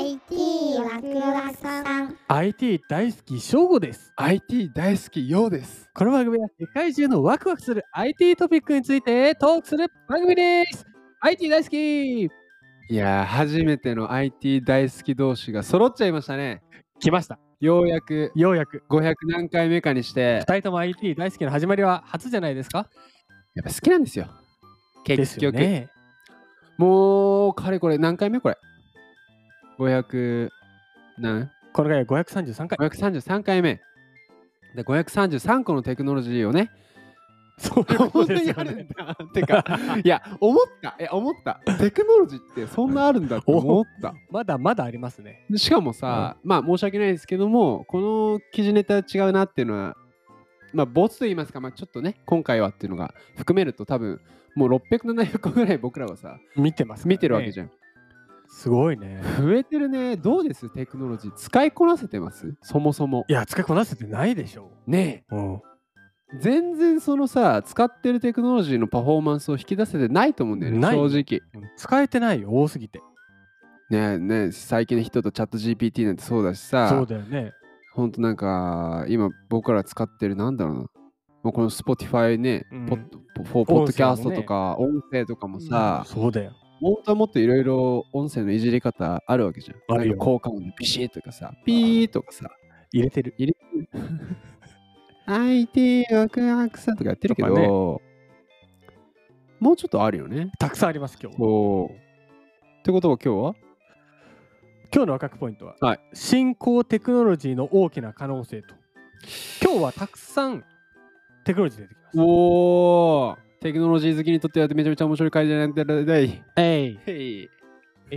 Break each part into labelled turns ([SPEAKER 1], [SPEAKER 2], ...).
[SPEAKER 1] IT ワクワクさん。
[SPEAKER 2] IT 大好き翔吾です。
[SPEAKER 3] IT 大好きようです。
[SPEAKER 2] この番組は世界中のワクワクする IT トピックについてトークする番組です。 IT 大好き
[SPEAKER 3] いやー、初めての IT 大好き同士が揃っちゃいましたね。
[SPEAKER 2] 来ました。
[SPEAKER 3] ようやく
[SPEAKER 2] ようやく
[SPEAKER 3] 500何回目かにして
[SPEAKER 2] 2人とも IT 大好きの始まりは初じゃないですか。
[SPEAKER 3] やっぱ好きなんですよ。
[SPEAKER 2] です
[SPEAKER 3] 結局、
[SPEAKER 2] よね。
[SPEAKER 3] もうかれこれ何回目これ500何
[SPEAKER 2] この回は533回。
[SPEAKER 3] 533回目で、533個のテクノロジーをね、
[SPEAKER 2] そういうこと
[SPEAKER 3] 本当
[SPEAKER 2] ですよね。
[SPEAKER 3] にあるんだてか、いや思ったテクノロジーってそんなあるんだって思った
[SPEAKER 2] まだまだありますね。
[SPEAKER 3] しかもさ、まあ申し訳ないですけども、この記事ネタ違うなっていうのは、まあボツと言いますか、まあちょっとね、今回はっていうのが含めると多分もう600、700個ぐらい僕らはさ、
[SPEAKER 2] 見てますからね。
[SPEAKER 3] 見てるわけじゃん。
[SPEAKER 2] すごいね。
[SPEAKER 3] 増えてるね。どうですテクノロジー。使いこなせてますそもそも。
[SPEAKER 2] いや、使いこなせてないでしょ
[SPEAKER 3] ね
[SPEAKER 2] う。うん。
[SPEAKER 3] え。全然そのさ、使ってるテクノロジーのパフォーマンスを引き出せてないと思うんだよね、
[SPEAKER 2] ない
[SPEAKER 3] 正直。
[SPEAKER 2] 使えてないよ、多すぎて。
[SPEAKER 3] ねえねえ、最近の人とチャット GPT なんてそうだしさ、
[SPEAKER 2] そうだよね。
[SPEAKER 3] ほんとなんか、今僕ら使ってるなんだろうな。もうこの Spotify ね、
[SPEAKER 2] うん
[SPEAKER 3] ポッドキャストとか音声とかもさ、
[SPEAKER 2] そうだよ。
[SPEAKER 3] 本当はもっといろいろ音声のいじり方あるわけじゃん。
[SPEAKER 2] あるよ
[SPEAKER 3] なんか効果音でビシッとかさ、ピーとかさ、
[SPEAKER 2] 入れてる。
[SPEAKER 3] 入れてる。IT ワクワクさんとかやってるけ
[SPEAKER 2] とかね
[SPEAKER 3] ど、もうちょっとあるよね。
[SPEAKER 2] たくさんあります、今日。
[SPEAKER 3] そう。ってことは今日は
[SPEAKER 2] 今日のワクワクポイントは、
[SPEAKER 3] はい
[SPEAKER 2] 新興テクノロジーの大きな可能性と。今日はたくさんテクノロジー出てきます。
[SPEAKER 3] おー、テクノロジー好きにとってはめちゃめちゃ面白い回じゃないだい。
[SPEAKER 2] えい。
[SPEAKER 3] へい。
[SPEAKER 2] え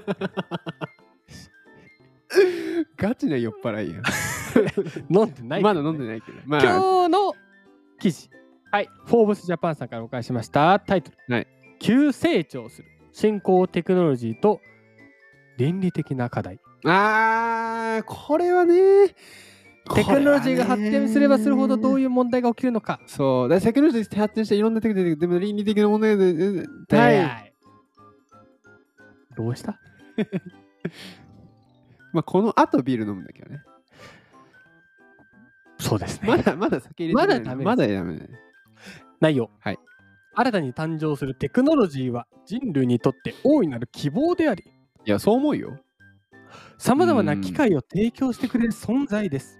[SPEAKER 3] ガチな酔っ払いや。
[SPEAKER 2] 飲んでないけどね、
[SPEAKER 3] まだ飲んでないけど。まあ、
[SPEAKER 2] 今日の記事。
[SPEAKER 3] はい。
[SPEAKER 2] フォーブスジャパンさんからお返ししましたタイトル。
[SPEAKER 3] はい。
[SPEAKER 2] 急成長する新興テクノロジーと倫理的な課題。
[SPEAKER 3] これはね、
[SPEAKER 2] テクノロジーが発展すればするほどどう
[SPEAKER 3] いう
[SPEAKER 2] いう問題が起きるのか。
[SPEAKER 3] そう、だからテクノロジー発展していろんなテクノロジーでも倫理的な問題で、はい。
[SPEAKER 2] どうした？
[SPEAKER 3] まあこの後ビール飲むんだけどね。
[SPEAKER 2] そうですね。
[SPEAKER 3] まだ酒入れてない。
[SPEAKER 2] まだダメです
[SPEAKER 3] まだダメだね。
[SPEAKER 2] 内容。
[SPEAKER 3] はい。
[SPEAKER 2] 新たに誕生するテクノロジーは人類にとって大いなる希望であり、
[SPEAKER 3] いや、そう思うよ。
[SPEAKER 2] さまざまな機会を提供してくれる存在です。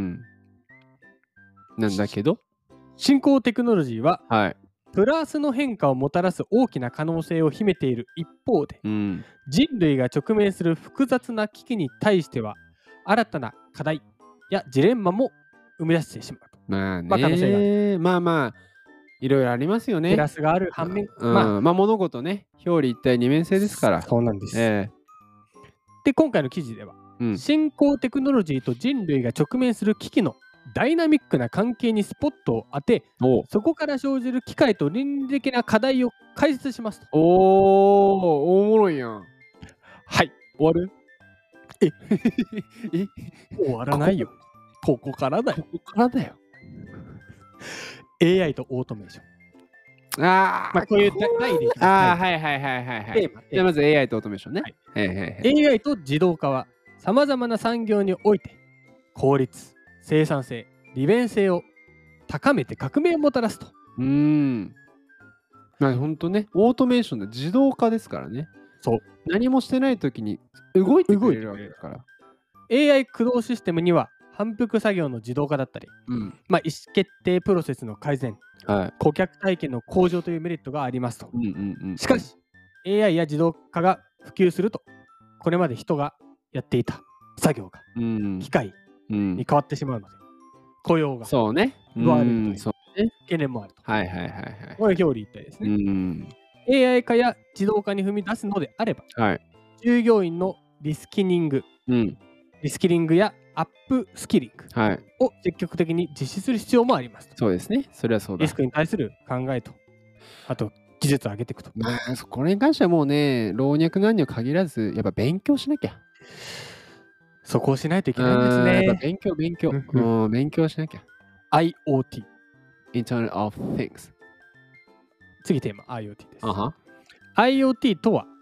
[SPEAKER 3] なんだけど、
[SPEAKER 2] 新興テクノロジーは
[SPEAKER 3] はい。
[SPEAKER 2] プラスの変化をもたらす大きな可能性を秘めている一方で、
[SPEAKER 3] うん。
[SPEAKER 2] 人類が直面する複雑な危機に対しては新たな課題やジレンマも生み出してしまうと。
[SPEAKER 3] まあ
[SPEAKER 2] まあ可能性があ
[SPEAKER 3] ね、まあ、いろいろありますよね。
[SPEAKER 2] プラスがある反面、
[SPEAKER 3] まあ物事ね、表裏一体二面性ですから。
[SPEAKER 2] そうなんです。
[SPEAKER 3] え
[SPEAKER 2] で、今回の記事では、
[SPEAKER 3] うん
[SPEAKER 2] 新興テクノロジーと人類が直面する危機のダイナミックな関係にスポットを当て、そこから生じる機会と倫理的な課題を解説しますと。
[SPEAKER 3] おもろいやん。
[SPEAKER 2] はい。
[SPEAKER 3] 終わるえ
[SPEAKER 2] 終わらないよ。ここからだよ。
[SPEAKER 3] ここからだよ。
[SPEAKER 2] AI とオートメーション。
[SPEAKER 3] あ
[SPEAKER 2] まあ、こういう題でいきます。
[SPEAKER 3] はいはい。
[SPEAKER 2] テーマ。
[SPEAKER 3] じゃあまず AI とオートメーションね。はい。
[SPEAKER 2] AI と自動化はさまざまな産業において効率、生産性、利便性を高めて革命をもたらすと。
[SPEAKER 3] まあ本当ね、オートメーションで自動化ですからね。
[SPEAKER 2] そう。
[SPEAKER 3] 何もしてない時に動いてくれるわけだから。
[SPEAKER 2] AI 駆動システムには反復作業の自動化だったり、まあ、意思決定プロセスの改善、顧客体験の向上というメリットがありますと。しかし AI や自動化が普及すると、これまで人がやっていた作業が機械に変わってしまうので、雇用が
[SPEAKER 3] そうね。
[SPEAKER 2] 奪われるという
[SPEAKER 3] そう
[SPEAKER 2] 懸念もあると。
[SPEAKER 3] はい。
[SPEAKER 2] これ表裏一体ですね。AI 化や自動化に踏み出すのであれば、従業員のリスキリングやアップスキリングを積極的に実施する必要もありますと。
[SPEAKER 3] そうですね。それはそうだ。
[SPEAKER 2] リスクに対する考えと、あと技術を上げていくと。
[SPEAKER 3] まあ、これに関してはもうね、老若男女限らず、やっぱ勉強しなきゃ。
[SPEAKER 2] そこをしないといけないんですね。
[SPEAKER 3] やっぱ勉強しなきゃ。
[SPEAKER 2] IoT。
[SPEAKER 3] Internet of Things。
[SPEAKER 2] 次テーマ、IoT です。
[SPEAKER 3] は
[SPEAKER 2] IoT とは、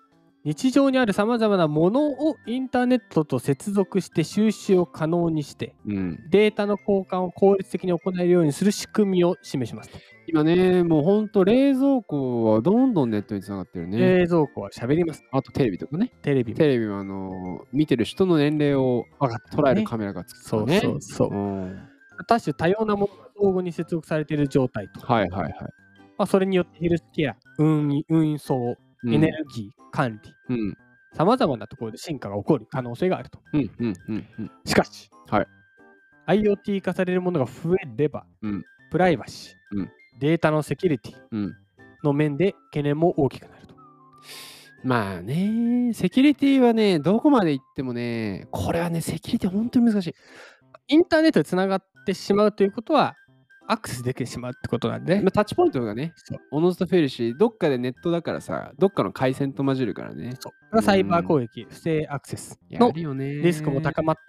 [SPEAKER 2] 日常にあるさまざまなものをインターネットと接続して収集を可能にして、データの交換を効率的に行えるようにする仕組みを示しますと。
[SPEAKER 3] 今ね、もうほんと冷蔵庫はどんどんネットにつながってるね。
[SPEAKER 2] 冷蔵庫は喋ります。
[SPEAKER 3] あとテレビとかね。
[SPEAKER 2] テレビ
[SPEAKER 3] は見てる人の年齢を捉えるカメラがつくからね。
[SPEAKER 2] そう。多種多様なものが相互に接続されている状態と。それによってヘルスケア、運送、エネルギー、管理、さまざまなところで進化が起こる可能性があると。しかし、IoT 化されるものが増えれば、プライバシー、データのセキュリティの面で懸念も大きくなると。
[SPEAKER 3] まあね、セキュリティはね、どこまで行ってもね、これはね、セキュリティ本当に難しい。
[SPEAKER 2] インターネットでつながってしまうということは、アクセスできてしまうってことなんで、
[SPEAKER 3] タッチポイントがね、おのずと増えるし、どっかでネットだからさ、どっかの回線と混じるからね。
[SPEAKER 2] サイバー攻撃、不正アクセスのリスクも高まって、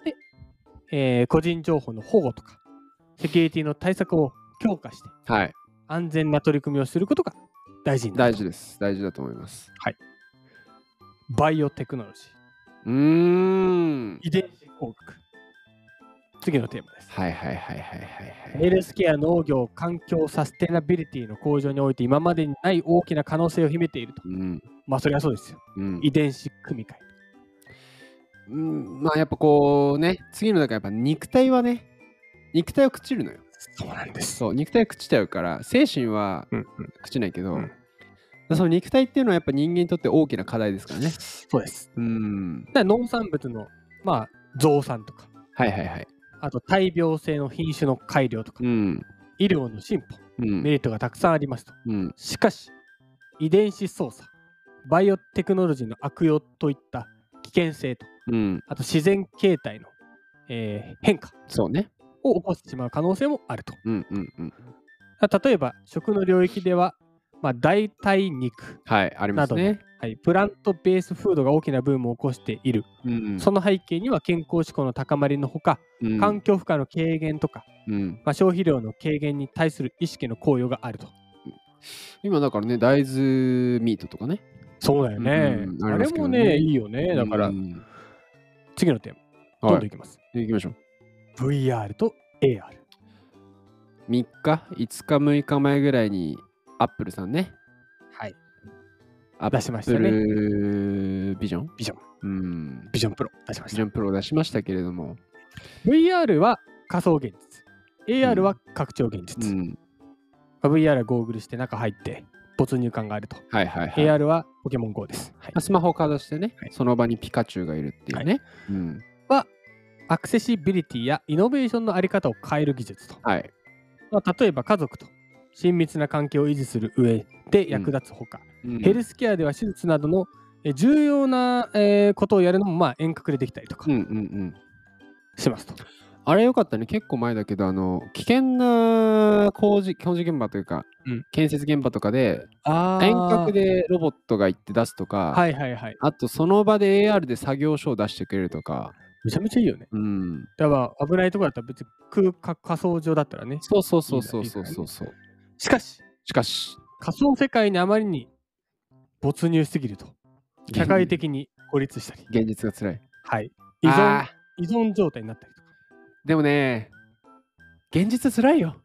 [SPEAKER 2] 個人情報の保護とか、セキュリティの対策を強化して、安全な取り組みをすることが大事になる。
[SPEAKER 3] 大事です。大事だと思います。
[SPEAKER 2] バイオテクノロジー。遺伝子工学。次のテーマです。ヘルスケア、農業、環境、サステナビリティの向上において今までにない大きな可能性を秘めていると。それはそうですよ。遺伝子組み換
[SPEAKER 3] え。やっぱこうね、次のだからやっぱ肉体はね、肉体を朽ちるのよ。
[SPEAKER 2] そうなんです。
[SPEAKER 3] 肉体を朽ちちゃうから、精神は朽ちないけど、その肉体っていうのはやっぱ人間にとって大きな課題ですからね。
[SPEAKER 2] そうです。農産物の増産とか。あと大病性の品種の改良とか、医療の進歩、メリットがたくさんありますと。しかし、遺伝子操作、バイオテクノロジーの悪用といった危険性と、あと自然形態の、変化を起こしてしまう可能性もあると。例えば、食の領域では、代替肉などの、プラントベースフードが大きなブームを起こしている。その背景には健康志向の高まりのほか、環境負荷の軽減とか、消費量の軽減に対する意識の高揚があると。
[SPEAKER 3] 今だからね、大豆ミートとかね。
[SPEAKER 2] そうだよね。あれもね、いいよね。だから、次のテーマ、どんどんいきます。
[SPEAKER 3] いきましょう。
[SPEAKER 2] VR と AR。
[SPEAKER 3] 3日、5日、6日前ぐらいに、アップルさんね。
[SPEAKER 2] 出しましたね。
[SPEAKER 3] ビジョン
[SPEAKER 2] ビジョンプロ出しました。
[SPEAKER 3] ビジョンプロを出しましたけれども。
[SPEAKER 2] VR は仮想現実。AR は拡張現実。VR はゴーグルして中入って没入感があると。AR はポケモン GO です。
[SPEAKER 3] スマホをかざしてね、その場にピカチュウがいるっていうね。
[SPEAKER 2] アクセシビリティやイノベーションのあり方を変える技術と。例えば家族と親密な関係を維持する上で役立つほか、ヘルスケアでは手術などの重要なことをやるのも遠隔でできたりとかしますと。
[SPEAKER 3] あれよかったね、結構前だけど、危険な工事現場というか、建設現場とかで遠隔でロボットが行って出すとか、あとその場で AR で作業書を出してくれるとか。
[SPEAKER 2] めちゃめちゃいいよね。だから危ないところだったら別に仮想上だったらね。
[SPEAKER 3] そう。しかし
[SPEAKER 2] 仮想世界にあまりに没入しすぎると社会的に孤立したり、
[SPEAKER 3] 現実が辛い。
[SPEAKER 2] 依存状態になったりとか。
[SPEAKER 3] でもね、現実辛いよ。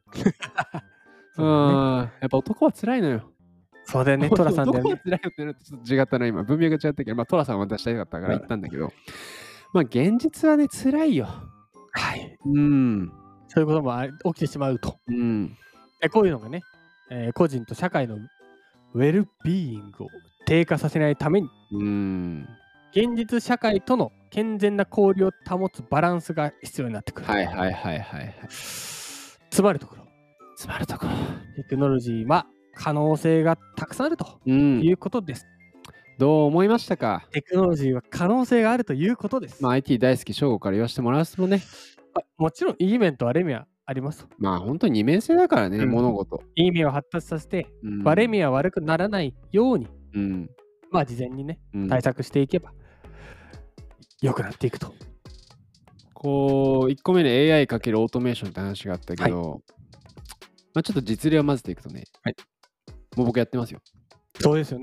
[SPEAKER 3] やっぱ男は辛いのよ。
[SPEAKER 2] そうだよね、トラさんだよね。
[SPEAKER 3] 男は辛いよってのはちょっと違ったな、今。文脈が違ったけど、トラさんは出したかったから言ったんだけど、現実はね、辛いよ。
[SPEAKER 2] そういうことも起きてしまうと。こういうのがね、個人と社会のウェルビーイングを低下させないために、現実社会との健全な交流を保つバランスが必要になってくる。詰まるところ。テクノロジーは可能性がたくさんあるということです。
[SPEAKER 3] どう思いましたか？
[SPEAKER 2] テクノロジーは可能性があるということです。
[SPEAKER 3] IT 大好き翔吾から言わせてもらうとね。
[SPEAKER 2] もちろんいい面と悪い面はあります。
[SPEAKER 3] 本当に二面性だからね、物事。
[SPEAKER 2] いい面を発達させて、悪い面は悪くならないように、事前にね、対策していけば良くなっていくと。
[SPEAKER 3] 1個目に AI× オートメーションって話があったけど、ちょっと実例を混ぜていくとね、もう僕やってますよ。
[SPEAKER 2] そうですよね。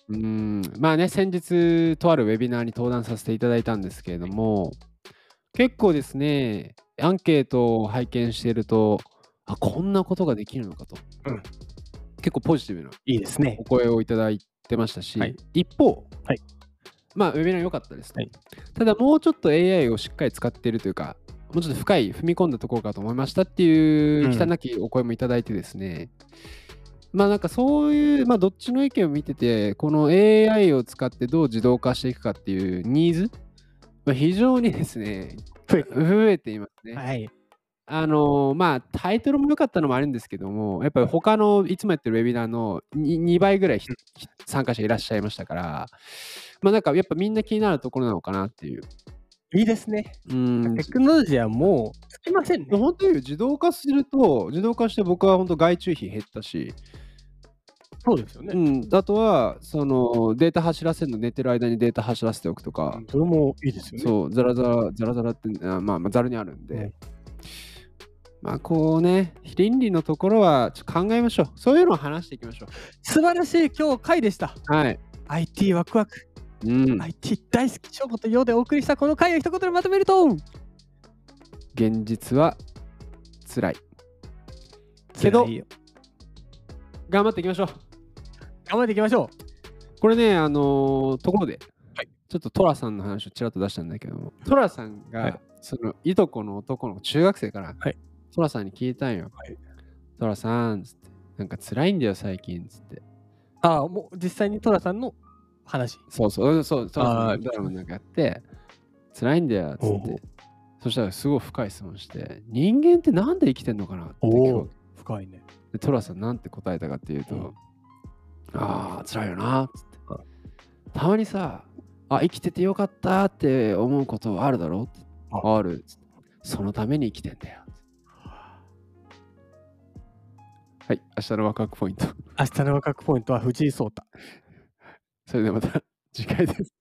[SPEAKER 3] まあね、先日とあるウェビナーに登壇させていただいたんですけれども、結構ですね、アンケートを拝見していると、こんなことができるのかと。結構ポジティブない
[SPEAKER 2] いですね。
[SPEAKER 3] お声をいただいてましたし、一方、まあ、ウェビナー良かったですと。ただ、もうちょっと AI をしっかり使っているというか、もうちょっと深い踏み込んだところかと思いましたっていう忌憚なきお声もいただいてですね、まあなんかそういう、まあどっちの意見を見てて、この AI を使ってどう自動化していくかっていうニーズ、非常にですね、増えていますね。まあタイトルも良かったのもあるんですけども、やっぱり他のいつもやってるウェビナーの 2倍ぐらい参加者いらっしゃいましたから、まあなんかやっぱみんな気になるところなのかなっていう。
[SPEAKER 2] いいですね。テクノロジーはもうつきませんね。
[SPEAKER 3] 本当に自動化すると、自動化して僕は本当外注費減ったし、
[SPEAKER 2] そうですよね。
[SPEAKER 3] あとは、そのデータ走らせるの、寝てる間にデータ走らせておくとか、
[SPEAKER 2] それもいいですよね。
[SPEAKER 3] そう、ザラザラって、まあ、ざるにあるんで、まあ、こうね、倫理のところはちょっと考えましょう。そういうのを話していきましょう。
[SPEAKER 2] 素晴らしい今日回でした。
[SPEAKER 3] はい。
[SPEAKER 2] IT ワクワク。IT 大好き翔子とようでお送りしたこの回を一言でまとめると、
[SPEAKER 3] 現実は辛い。けど、頑張っていきましょう。
[SPEAKER 2] 頑張っていきましょ
[SPEAKER 3] う。これね、ところで、ちょっとトラさんの話をちらっと出したんだけども、トラさんが、そのいとこの男の子、中学生から、トラさんに聞いたんよ。トラさん、つって、なんか辛いんだよ、最近、つって。
[SPEAKER 2] もう実際にトラさんの話。
[SPEAKER 3] そう、トラさんのドラマなんかやって、辛いんだよ、つって。そしたらすごい深い質問して、人間ってなんで生きてんのかなって聞く。
[SPEAKER 2] 深いね。
[SPEAKER 3] で、トラさんなんて答えたかっていうと、辛いよな、つって。たまにさ、生きててよかったって思うことあるだろって。ある。そのために生きてんだよ。はい、明日のワクワクポイント。
[SPEAKER 2] 明日のワクワクポイントは藤井聡太。
[SPEAKER 3] それではまた次回です。